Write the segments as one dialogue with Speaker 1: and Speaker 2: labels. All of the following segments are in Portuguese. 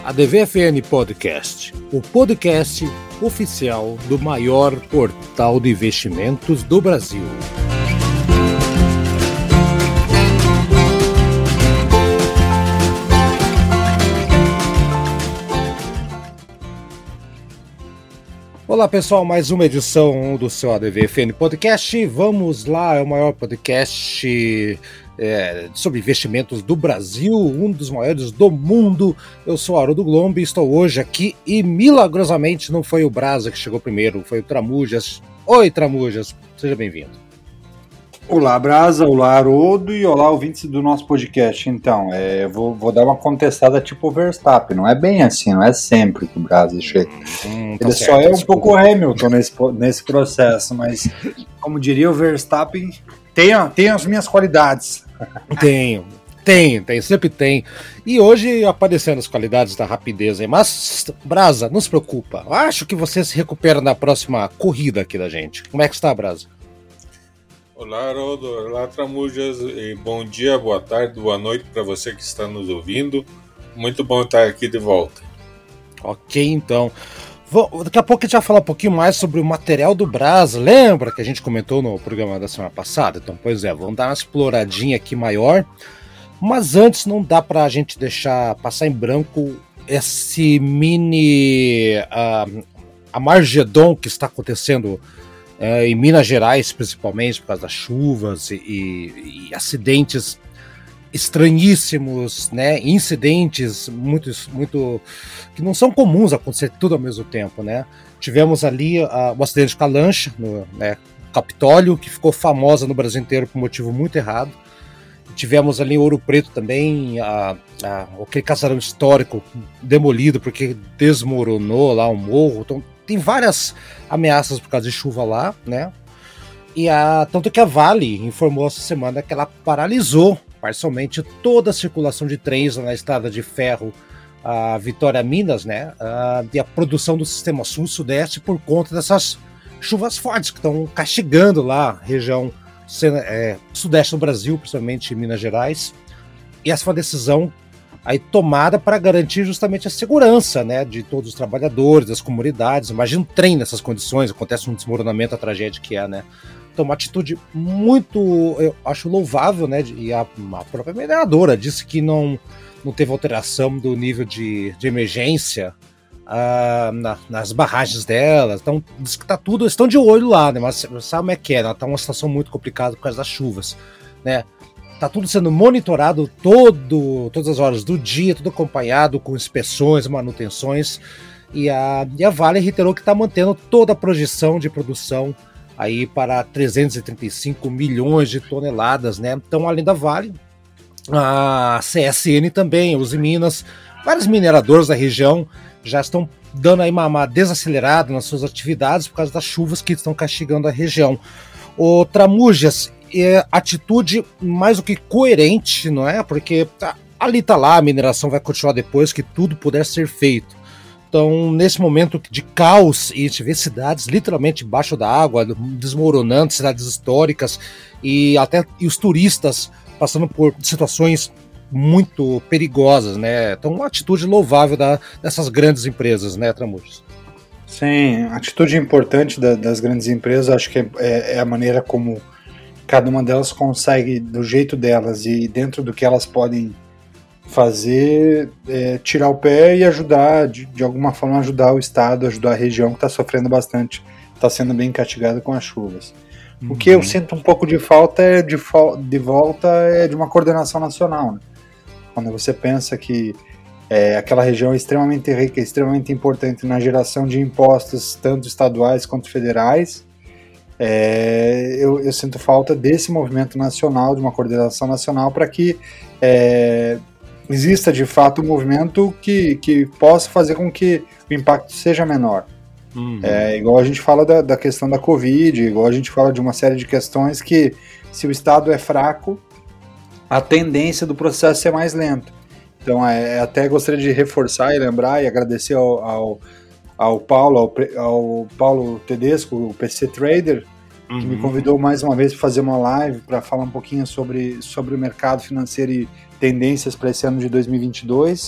Speaker 1: ADVFN Podcast, o podcast oficial do maior portal de investimentos do Brasil. Olá pessoal, mais uma edição do seu ADVFN Podcast. Vamos lá, é o maior podcast sobre investimentos do Brasil, um dos maiores do mundo. Eu sou Haroldo Glombi, estou hoje aqui e milagrosamente não foi o Brasa que chegou primeiro, foi o Tramujas. Oi Tramujas, seja bem-vindo.
Speaker 2: Olá Brasa, olá Haroldo e olá ouvintes do nosso podcast. Então, vou dar uma contestada tipo o Verstappen, não é bem assim, não é sempre que o Brasa chega. Ele certo, só é um pouco Hamilton nesse processo, mas como diria o Verstappen, tem as minhas qualidades.
Speaker 1: Tenho, sempre tem. E hoje aparecendo as qualidades da rapidez aí. Mas, Brasa, não se preocupa. Acho que você se recupera na próxima corrida aqui da gente. Como é que está, Brasa?
Speaker 3: Olá, Haroldo. Olá, Tramujas. E bom dia, boa tarde, boa noite para você que está nos ouvindo. Muito bom estar aqui de volta.
Speaker 1: Ok, então. Daqui a pouco a gente vai falar um pouquinho mais sobre o material do Brasa. Lembra que a gente comentou no programa da semana passada? Então, pois é, vamos dar uma exploradinha aqui maior. Mas antes, não dá para a gente deixar passar em branco esse mini Armagedon que está acontecendo em Minas Gerais, principalmente por causa das chuvas e acidentes estranhíssimos, né? Incidentes muito que não são comuns acontecer tudo ao mesmo tempo, né? Tivemos ali o acidente com a lancha no Capitólio, que ficou famosa no Brasil inteiro por um motivo muito errado. Tivemos ali em Ouro Preto também aquele casarão histórico demolido porque desmoronou lá um morro. Então tem várias ameaças por causa de chuva lá, né? E tanto que a Vale informou essa semana que ela paralisou parcialmente toda a circulação de trens na estrada de ferro Vitória Minas, né? E a produção do sistema sul-sudeste por conta dessas chuvas fortes que estão castigando lá a região sudeste do Brasil, principalmente em Minas Gerais. E essa foi uma decisão aí tomada para garantir justamente a segurança, né, de todos os trabalhadores, das comunidades. Imagina um trem nessas condições, acontece um desmoronamento, a tragédia que é, né? Então, uma atitude muito, eu acho, louvável, né? E a própria mineradora disse que não teve alteração do nível de emergência nas barragens dela. Então, diz que tá tudo, estão de olho lá, né? Mas sabe como é que é? Ela tá uma situação muito complicada por causa das chuvas, né? Tá tudo sendo monitorado todas as horas do dia, tudo acompanhado com inspeções, manutenções. E a Vale reiterou que está mantendo toda a projeção de produção aí para 335 milhões de toneladas, né? Então, além da Vale, a CSN também, os Minas, vários mineradores da região já estão dando aí uma desacelerada nas suas atividades por causa das chuvas que estão castigando a região. O Tramujas, atitude mais do que coerente, não é? Porque ali tá lá, a mineração vai continuar depois que tudo puder ser feito. Então, nesse momento de caos, e a gente vê cidades literalmente embaixo da água, desmoronando, cidades históricas, e os turistas passando por situações muito perigosas, né? Então, uma atitude louvável dessas grandes empresas, né, Tramujas?
Speaker 2: Sim, a atitude importante das grandes empresas, acho que é a maneira como cada uma delas consegue, do jeito delas e dentro do que elas podem fazer, tirar o pé e ajudar, de alguma forma ajudar o estado, ajudar a região que está sofrendo bastante, está sendo bem castigada com as chuvas. O que eu sinto um pouco de falta de volta é de uma coordenação nacional, né? Quando você pensa que aquela região é extremamente rica, extremamente importante na geração de impostos, tanto estaduais quanto federais, eu sinto falta desse movimento nacional, de uma coordenação nacional, para que exista de fato um movimento que possa fazer com que o impacto seja menor. Igual a gente fala da questão da Covid, igual a gente fala de uma série de questões que, se o Estado é fraco, a tendência do processo é mais lento. Então, até gostaria de reforçar e lembrar e agradecer ao Paulo Tedesco, o PC Trader, que me convidou mais uma vez para fazer uma live para falar um pouquinho sobre o mercado financeiro e tendências para esse ano de 2022.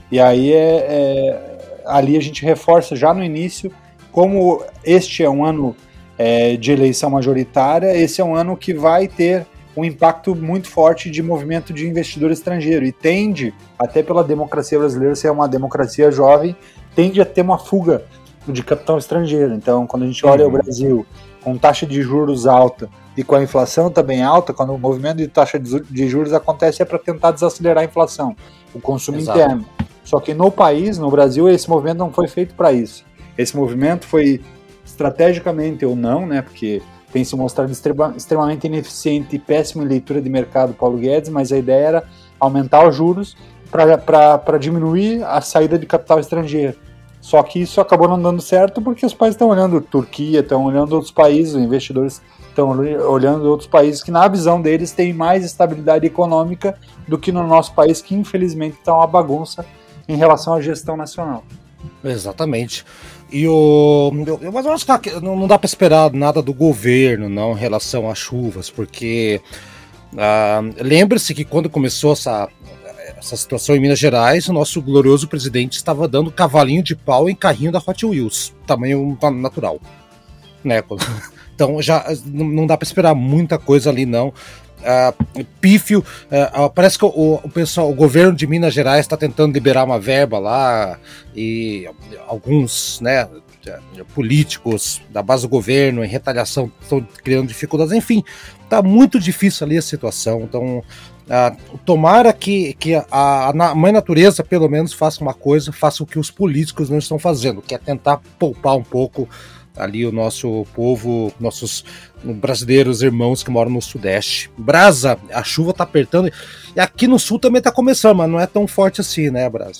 Speaker 2: E aí ali a gente reforça já no início, como este é um ano de eleição majoritária, esse é um ano que vai ter um impacto muito forte de movimento de investidor estrangeiro, e tende, até pela democracia brasileira ser uma democracia jovem, tende a ter uma fuga de capital estrangeiro. Então, quando a gente olha o Brasil com taxa de juros alta e com a inflação também alta, quando o movimento de taxa de juros acontece é para tentar desacelerar a inflação, o consumo interno. Só que no país, no Brasil, esse movimento não foi feito para isso. Esse movimento foi estrategicamente ou não, né, porque tem se mostrado extremamente ineficiente e péssimo em leitura de mercado, Paulo Guedes, mas a ideia era aumentar os juros para diminuir a saída de capital estrangeiro. Só que isso acabou não dando certo porque os países estão olhando Turquia, estão olhando outros países, os investidores estão olhando outros países que, na visão deles, têm mais estabilidade econômica do que no nosso país, que infelizmente está uma bagunça em relação à gestão nacional.
Speaker 1: Exatamente. Mas eu acho que não dá para esperar nada do governo, não, em relação às chuvas, porque lembre-se que quando começou essa situação em Minas Gerais, o nosso glorioso presidente estava dando cavalinho de pau em carrinho da Hot Wheels, tamanho natural, né? Então já não dá para esperar muita coisa ali, não. Pífio, parece que o governo de Minas Gerais está tentando liberar uma verba lá, e alguns, né, políticos da base do governo em retaliação estão criando dificuldades. Enfim, está muito difícil ali a situação. Então tomara que a mãe natureza pelo menos faça uma coisa, faça o que os políticos não estão fazendo, que é tentar poupar um pouco ali o nosso povo, nossos brasileiros irmãos que moram no Sudeste. Brasa, a chuva tá apertando, e aqui no Sul também tá começando, mas não é tão forte assim, né, Brasa?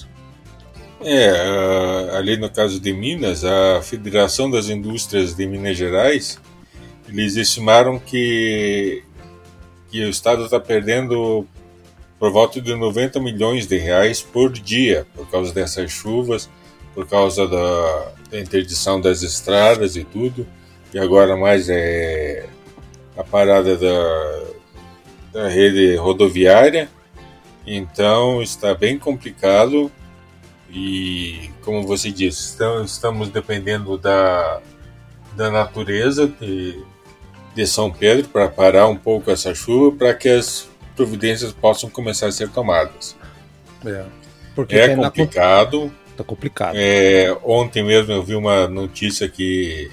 Speaker 3: Ali no caso de Minas, a Federação das Indústrias de Minas Gerais, eles estimaram que o Estado está perdendo por volta de 90 milhões de reais por dia, por causa dessas chuvas, por causa da interdição das estradas e tudo, e agora mais a parada da rede rodoviária. Então está bem complicado e, como você disse, estamos dependendo da natureza de São Pedro para parar um pouco essa chuva, para que as providências possam começar a ser tomadas.
Speaker 1: Porque
Speaker 3: é complicado.
Speaker 1: Tá complicado.
Speaker 3: Ontem mesmo eu vi uma notícia que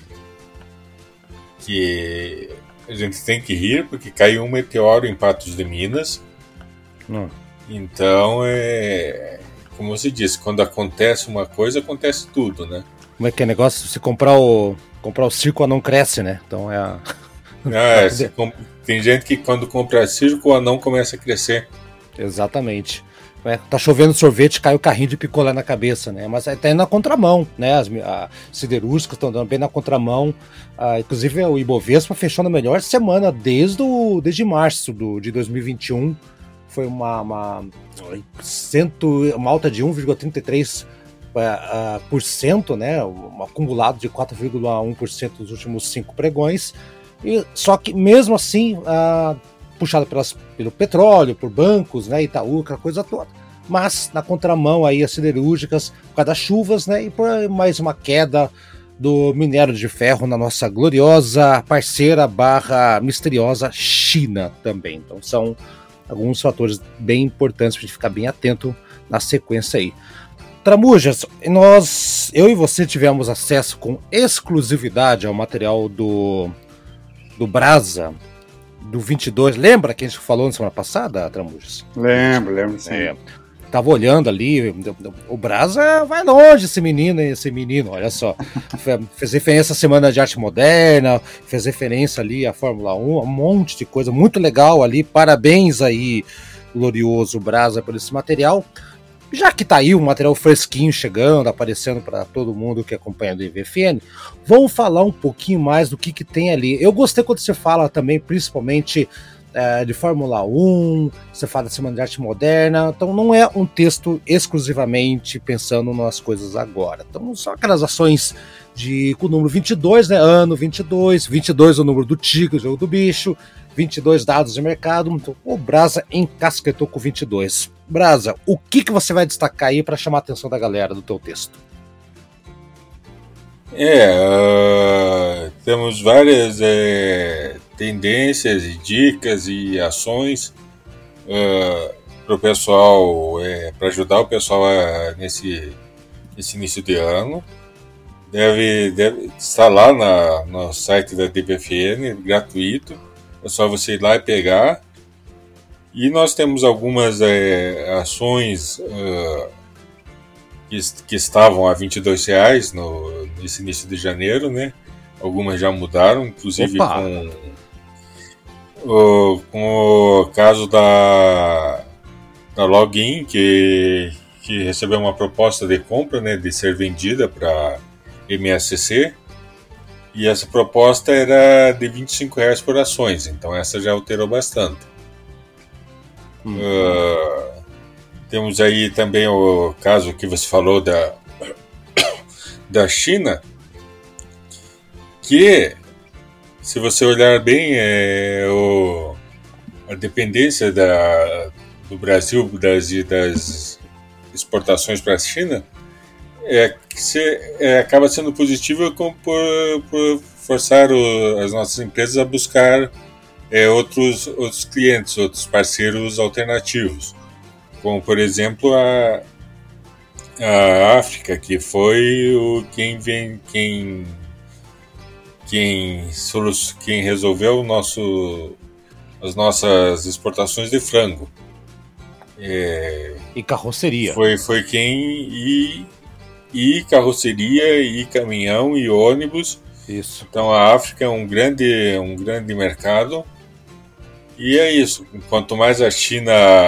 Speaker 3: a gente tem que rir, porque caiu um meteoro em Patos de Minas. Então, como você disse, quando acontece uma coisa, acontece tudo, né?
Speaker 1: Como é que é negócio? Se comprar o circo, o anão cresce, né? Então
Speaker 3: tem gente que quando compra circo, o anão começa a crescer.
Speaker 1: Exatamente. Tá chovendo sorvete, cai o carrinho de picolé na cabeça, né? Mas tá indo na contramão, né? As siderúrgicas estão dando bem na contramão. Inclusive o Ibovespa fechou na melhor semana desde março de 2021. Foi uma alta de 1,33%, né? Um acumulado de 4,1% nos últimos 5 pregões. Só que mesmo assim, puxado pelo petróleo, por bancos, né, Itaú, aquela coisa toda. Mas na contramão aí as siderúrgicas, por causa das chuvas, né, e por mais uma queda do minério de ferro na nossa gloriosa parceira / misteriosa China também. Então são alguns fatores bem importantes para a gente ficar bem atento na sequência aí. Tramujas, eu e você tivemos acesso com exclusividade ao material do Brasa, do 22, lembra que a gente falou na semana passada, Tramujas?
Speaker 2: Lembro, sim.
Speaker 1: Tava olhando ali, o Brasa vai longe, esse menino, olha só. Fez referência à Semana de Arte Moderna, fez referência ali à Fórmula 1, um monte de coisa muito legal ali. Parabéns aí, glorioso Brasa, por esse material. Já que tá aí um material fresquinho chegando, aparecendo para todo mundo que acompanha do IVFN, vamos falar um pouquinho mais do que tem ali. Eu gostei quando você fala também, principalmente de Fórmula 1, você fala de Semana de Arte Moderna, então não é um texto exclusivamente pensando nas coisas agora. Então são aquelas ações com o número 22, né? Ano 22 é o número do tigre, o jogo do bicho, 22 dados de mercado, então, o Brasa encasquetou com 22. Brasa, o que você vai destacar aí para chamar a atenção da galera do teu texto?
Speaker 3: Temos várias tendências e dicas e ações para o pessoal, para ajudar o pessoal nesse início de ano. Deve estar lá no site da DBFN, gratuito. É só você ir lá e pegar. E nós temos algumas ações que estavam a R$22 nesse início de janeiro, né? Algumas já mudaram, inclusive com o caso da Login, que recebeu uma proposta de compra, né, de ser vendida para MSC, e essa proposta era de R$25 por ações, então essa já alterou bastante. Temos aí também o caso que você falou da China, que, se você olhar bem, a dependência do Brasil das exportações para a China acaba sendo positiva por forçar as nossas empresas a buscar outros clientes, outros parceiros alternativos, como por exemplo a África, que foi quem resolveu as nossas exportações de frango.
Speaker 1: E carroceria.
Speaker 3: Foi quem... E carroceria, e caminhão, e ônibus.
Speaker 1: Isso.
Speaker 3: Então a África é um grande mercado. E é isso. Quanto mais a China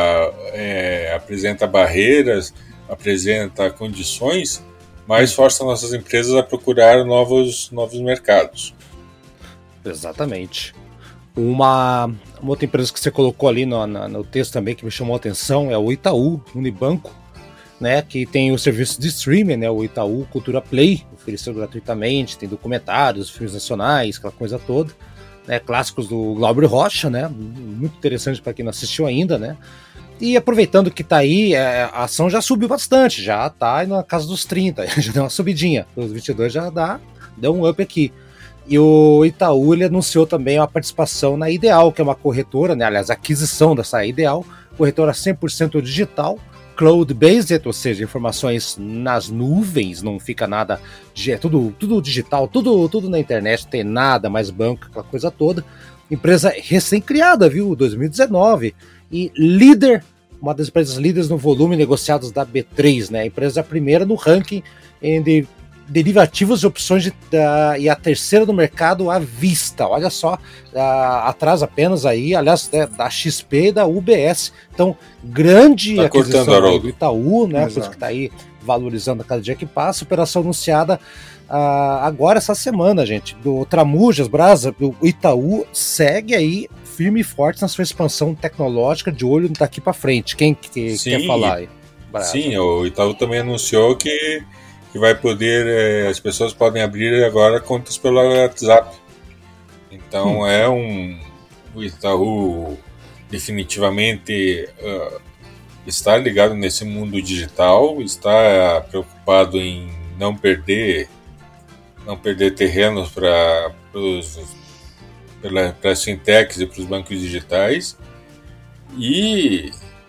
Speaker 3: apresenta barreiras, apresenta condições, mais força nossas empresas a procurar novos mercados.
Speaker 1: Exatamente. Uma outra empresa que você colocou ali no texto também que me chamou a atenção é o Itaú Unibanco, né, que tem o serviço de streaming, né, o Itaú Cultura Play, oferecido gratuitamente, tem documentários, filmes nacionais, aquela coisa toda, né, clássicos do Glauber Rocha, né, muito interessante para quem não assistiu ainda, né. E aproveitando que tá aí, a ação já subiu bastante, já tá na casa dos 30, já deu uma subidinha, os 22 já deu um up aqui. E o Itaú, ele anunciou também uma participação na Ideal, que é uma corretora, né, aliás, a aquisição dessa Ideal, corretora 100% digital, cloud-based, ou seja, informações nas nuvens, não fica nada, tudo digital, tudo na internet, não tem nada mais banco, aquela coisa toda. Empresa recém-criada, viu, 2019, e líder, uma das empresas líderes no volume negociados da B3, né, a empresa primeira no ranking de derivativos e opções e a terceira do mercado à vista, olha só, atrás apenas aí, aliás, da XP e da UBS, então grande aquisição do Itaú, né, por isso que está aí valorizando a cada dia que passa, operação anunciada agora essa semana, gente, do Tramujas, Brasa, o Itaú segue aí firme e forte na sua expansão tecnológica, de olho daqui para frente. Quem quer falar aí? Brasa? Sim,
Speaker 3: o Itaú também anunciou que vai poder, as pessoas podem abrir agora contas pelo WhatsApp. Então o Itaú definitivamente está ligado nesse mundo digital, está preocupado em não perder terrenos para as fintechs e para os bancos digitais, e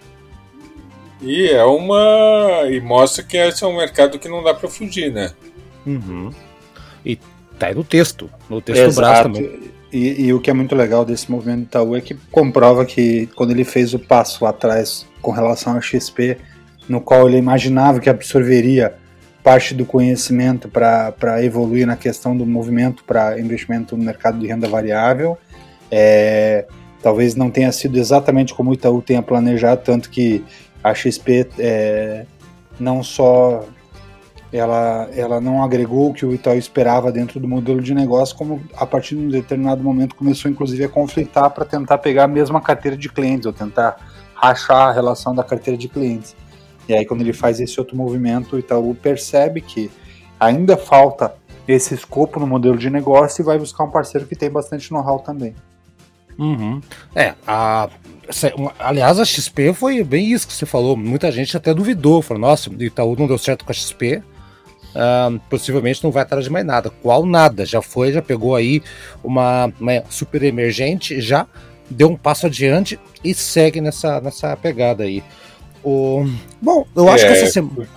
Speaker 3: mostra que esse é um mercado que não dá para fugir, né?
Speaker 1: Uhum. E tá aí no texto do Brás também.
Speaker 2: E o que é muito legal desse movimento do Itaú é que comprova que quando ele fez o passo lá atrás com relação à XP, no qual ele imaginava que absorveria parte do conhecimento para evoluir na questão do movimento para investimento no mercado de renda variável, talvez não tenha sido exatamente como o Itaú tenha planejado, tanto que a XP não só ela não agregou o que o Itaú esperava dentro do modelo de negócio, como a partir de um determinado momento começou inclusive a conflitar para tentar pegar a mesma carteira de clientes, ou tentar rachar a relação da carteira de clientes. E aí quando ele faz esse outro movimento, o Itaú percebe que ainda falta esse escopo no modelo de negócio e vai buscar um parceiro que tem bastante know-how também.
Speaker 1: Uhum. Aliás, a XP foi bem isso que você falou. Muita gente até duvidou. Falou, nossa, o Itaú não deu certo com a XP. Possivelmente não vai atrás de mais nada. Qual nada? Já pegou aí uma super emergente, já deu um passo adiante e segue nessa pegada aí. Bom, eu acho que essa semana...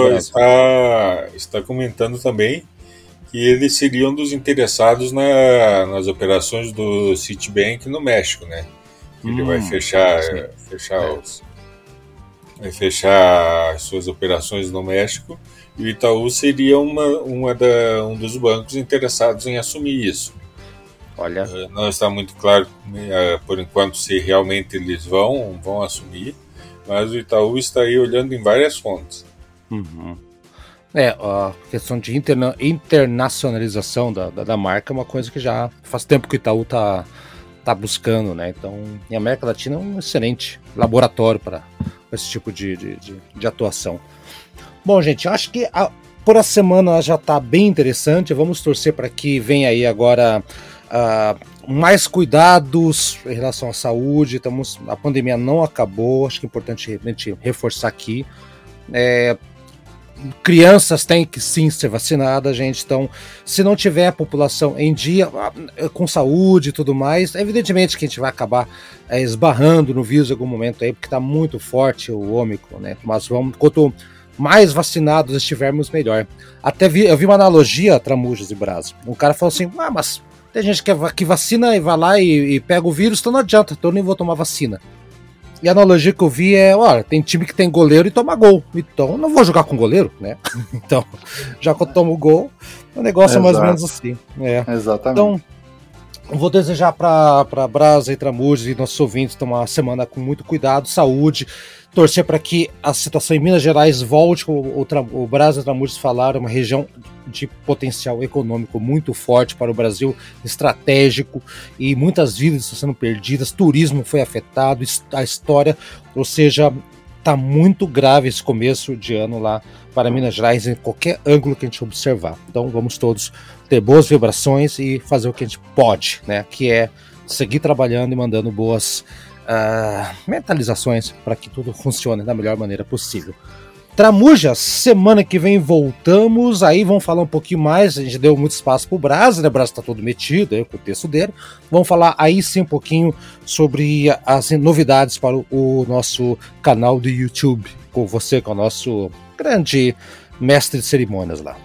Speaker 3: Está comentando também que ele seria um dos interessados nas operações do Citibank no México, né? Ele vai fechar as suas operações no México, e o Itaú seria um dos bancos interessados em assumir isso.
Speaker 1: Olha,
Speaker 3: não está muito claro por enquanto se realmente eles vão assumir, mas o Itaú está aí olhando em várias fontes.
Speaker 1: Uhum. A questão de internacionalização da marca é uma coisa que já faz tempo que o Itaú tá buscando, né? Então, em América Latina é um excelente laboratório para esse tipo de atuação. Bom, gente, acho que por a semana já está bem interessante. Vamos torcer para que venha aí agora mais cuidados em relação à saúde. A pandemia não acabou, acho que é importante a gente reforçar aqui. Crianças têm que sim ser vacinadas, gente. Então, se não tiver a população em dia, com saúde e tudo mais, evidentemente que a gente vai acabar esbarrando no vírus em algum momento aí, porque está muito forte o Ômicron, né? Mas quanto mais vacinados estivermos, melhor. Eu vi uma analogia, Tramujas e Brás. Um cara falou assim, mas tem gente que vacina e vai lá e pega o vírus, então não adianta, então eu nem vou tomar vacina. E a analogia que eu vi tem time que tem goleiro e toma gol. Então eu não vou jogar com goleiro, né? Então, já que eu tomo gol, o negócio é mais ou menos assim.
Speaker 2: Exatamente.
Speaker 1: Então, eu vou desejar para Brasa e Tramujas e nossos ouvintes tomar uma semana com muito cuidado, saúde, torcer para que a situação em Minas Gerais volte, como o Brasa e o Tramujas falaram, uma região de potencial econômico muito forte para o Brasil, estratégico, e muitas vidas estão sendo perdidas, turismo foi afetado, a história, ou seja, está muito grave esse começo de ano lá para Minas Gerais, em qualquer ângulo que a gente observar. Então vamos todos ter boas vibrações e fazer o que a gente pode, né? Que é seguir trabalhando e mandando boas mentalizações para que tudo funcione da melhor maneira possível. Tramujas, semana que vem voltamos, aí vamos falar um pouquinho mais, a gente deu muito espaço pro Brasa, né? O Brasa tá todo metido aí com o texto dele, vamos falar aí sim um pouquinho sobre as novidades para o nosso canal do YouTube, com você, com o nosso grande mestre de cerimônias lá.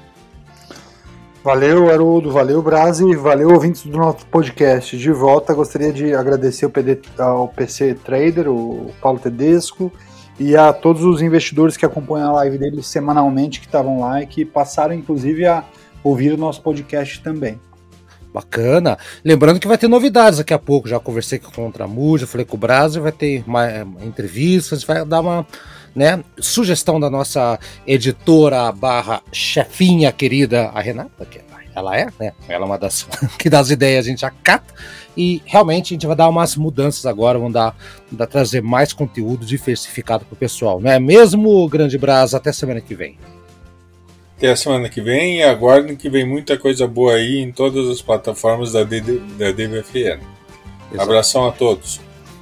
Speaker 2: Valeu, Haroldo, valeu, Brasi, valeu, ouvintes do nosso podcast. De volta, gostaria de agradecer ao PC Trader, o Paulo Tedesco, e a todos os investidores que acompanham a live dele semanalmente, que estavam lá e que passaram, inclusive, a ouvir o nosso podcast também.
Speaker 1: Bacana. Lembrando que vai ter novidades daqui a pouco. Já conversei com o Tramujas, falei com o Brasi, vai ter uma entrevista, vai dar uma sugestão da nossa editora / chefinha querida, a Renata, que ela é, né? Ela é uma das que dá as ideias, a gente acata. E realmente a gente vai dar umas mudanças agora, vamos trazer mais conteúdo diversificado para o pessoal. Não é mesmo, grande Brasa? Até semana que vem.
Speaker 3: Até a semana que vem, e aguardem que vem muita coisa boa aí em todas as plataformas da DVFN. Abração a todos.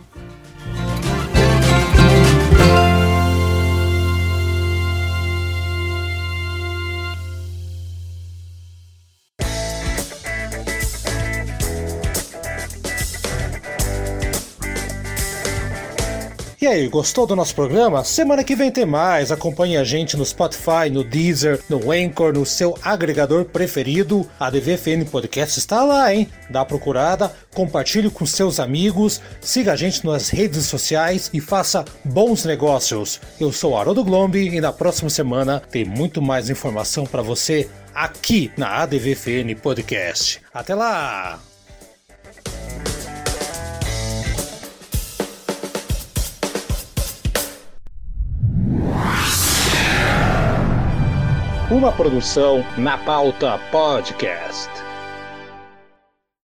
Speaker 1: E aí, gostou do nosso programa? Semana que vem tem mais. Acompanhe a gente no Spotify, no Deezer, no Anchor, no seu agregador preferido. A DVFN Podcast está lá, hein? Dá uma procurada, compartilhe com seus amigos, siga a gente nas redes sociais e faça bons negócios. Eu sou Haroldo Glombi e na próxima semana tem muito mais informação para você aqui na ADVFN Podcast. Até lá! Uma produção Na Pauta Podcast.